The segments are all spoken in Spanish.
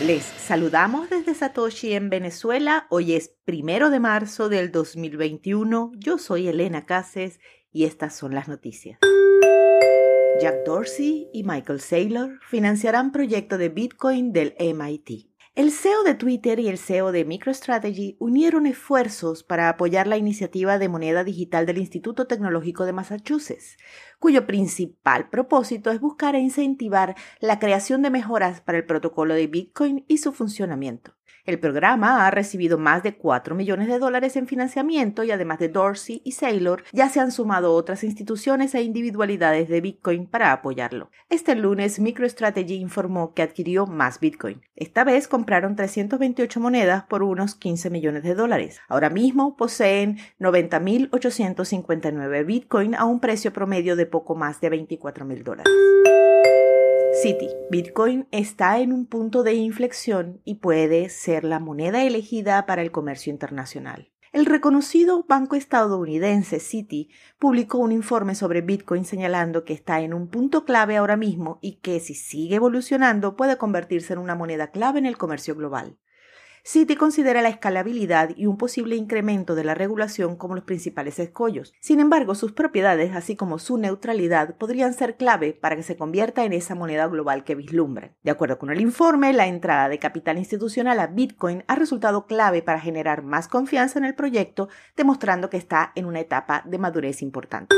Les saludamos desde Satoshi en Venezuela. Hoy es 1 de marzo del 2021. Yo soy Elena Cases y estas son las noticias. Jack Dorsey y Michael Saylor financiarán proyecto de Bitcoin del MIT. El CEO de Twitter y el CEO de MicroStrategy unieron esfuerzos para apoyar la iniciativa de moneda digital del Instituto Tecnológico de Massachusetts, cuyo principal propósito es buscar e incentivar la creación de mejoras para el protocolo de Bitcoin y su funcionamiento. El programa ha recibido más de $4 millones en financiamiento y además de Dorsey y Saylor, ya se han sumado otras instituciones e individualidades de Bitcoin para apoyarlo. Este lunes, MicroStrategy informó que adquirió más Bitcoin. Esta vez compraron 328 monedas por unos $15 millones. Ahora mismo poseen 90.859 Bitcoin a un precio promedio de poco más de $24,000. Citi. Bitcoin está en un punto de inflexión y puede ser la moneda elegida para el comercio internacional. El reconocido banco estadounidense Citi publicó un informe sobre Bitcoin señalando que está en un punto clave ahora mismo y que si sigue evolucionando puede convertirse en una moneda clave en el comercio global. Citi considera la escalabilidad y un posible incremento de la regulación como los principales escollos. Sin embargo, sus propiedades, así como su neutralidad, podrían ser clave para que se convierta en esa moneda global que vislumbran. De acuerdo con el informe, la entrada de capital institucional a Bitcoin ha resultado clave para generar más confianza en el proyecto, demostrando que está en una etapa de madurez importante.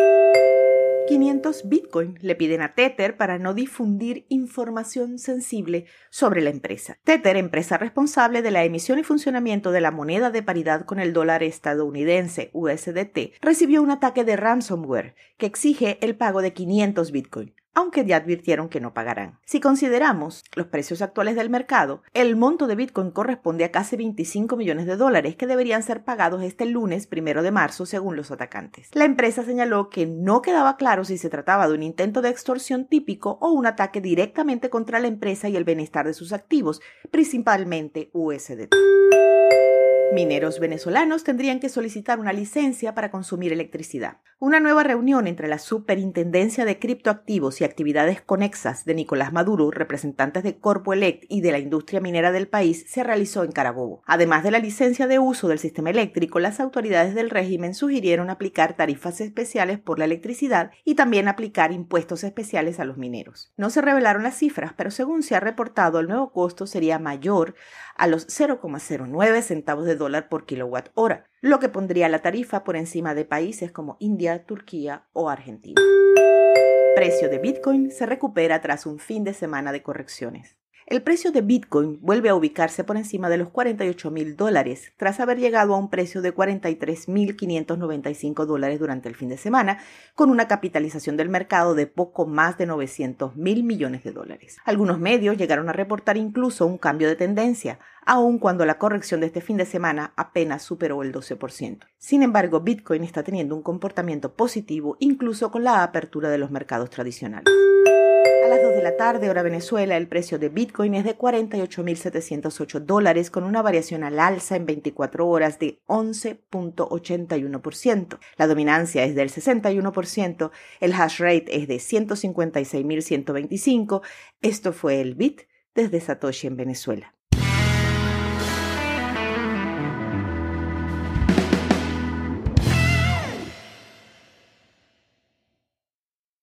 500 Bitcoin le piden a Tether para no difundir información sensible sobre la empresa. Tether, empresa responsable de la emisión y funcionamiento de la moneda de paridad con el dólar estadounidense USDT, recibió un ataque de ransomware que exige el pago de 500 Bitcoin, aunque ya advirtieron que no pagarán. Si consideramos los precios actuales del mercado, el monto de Bitcoin corresponde a casi $25 millones que deberían ser pagados este lunes 1 de marzo según los atacantes. La empresa señaló que no quedaba claro si se trataba de un intento de extorsión típico o un ataque directamente contra la empresa y el bienestar de sus activos, principalmente USDT. Mineros venezolanos tendrían que solicitar una licencia para consumir electricidad. Una nueva reunión entre la Superintendencia de Criptoactivos y Actividades Conexas de Nicolás Maduro, representantes de Corpoelect y de la industria minera del país, se realizó en Carabobo. Además de la licencia de uso del sistema eléctrico, las autoridades del régimen sugirieron aplicar tarifas especiales por la electricidad y también aplicar impuestos especiales a los mineros. No se revelaron las cifras, pero según se ha reportado, el nuevo costo sería mayor a los 0,09 centavos de dólar por kilowatt hora, lo que pondría la tarifa por encima de países como India, Turquía o Argentina. Precio de Bitcoin se recupera tras un fin de semana de correcciones. El precio de Bitcoin vuelve a ubicarse por encima de los $48,000 tras haber llegado a un precio de $43,595 durante el fin de semana, con una capitalización del mercado de poco más de $900 millones. Algunos medios llegaron a reportar incluso un cambio de tendencia, aun cuando la corrección de este fin de semana apenas superó el 12%. Sin embargo, Bitcoin está teniendo un comportamiento positivo incluso con la apertura de los mercados tradicionales. A las 2 de la tarde, hora Venezuela, el precio de Bitcoin es de $48,708 con una variación al alza en 24 horas de 11.81%. La dominancia es del 61%, el hash rate es de 156.125. Esto fue el Bit desde Satoshi en Venezuela.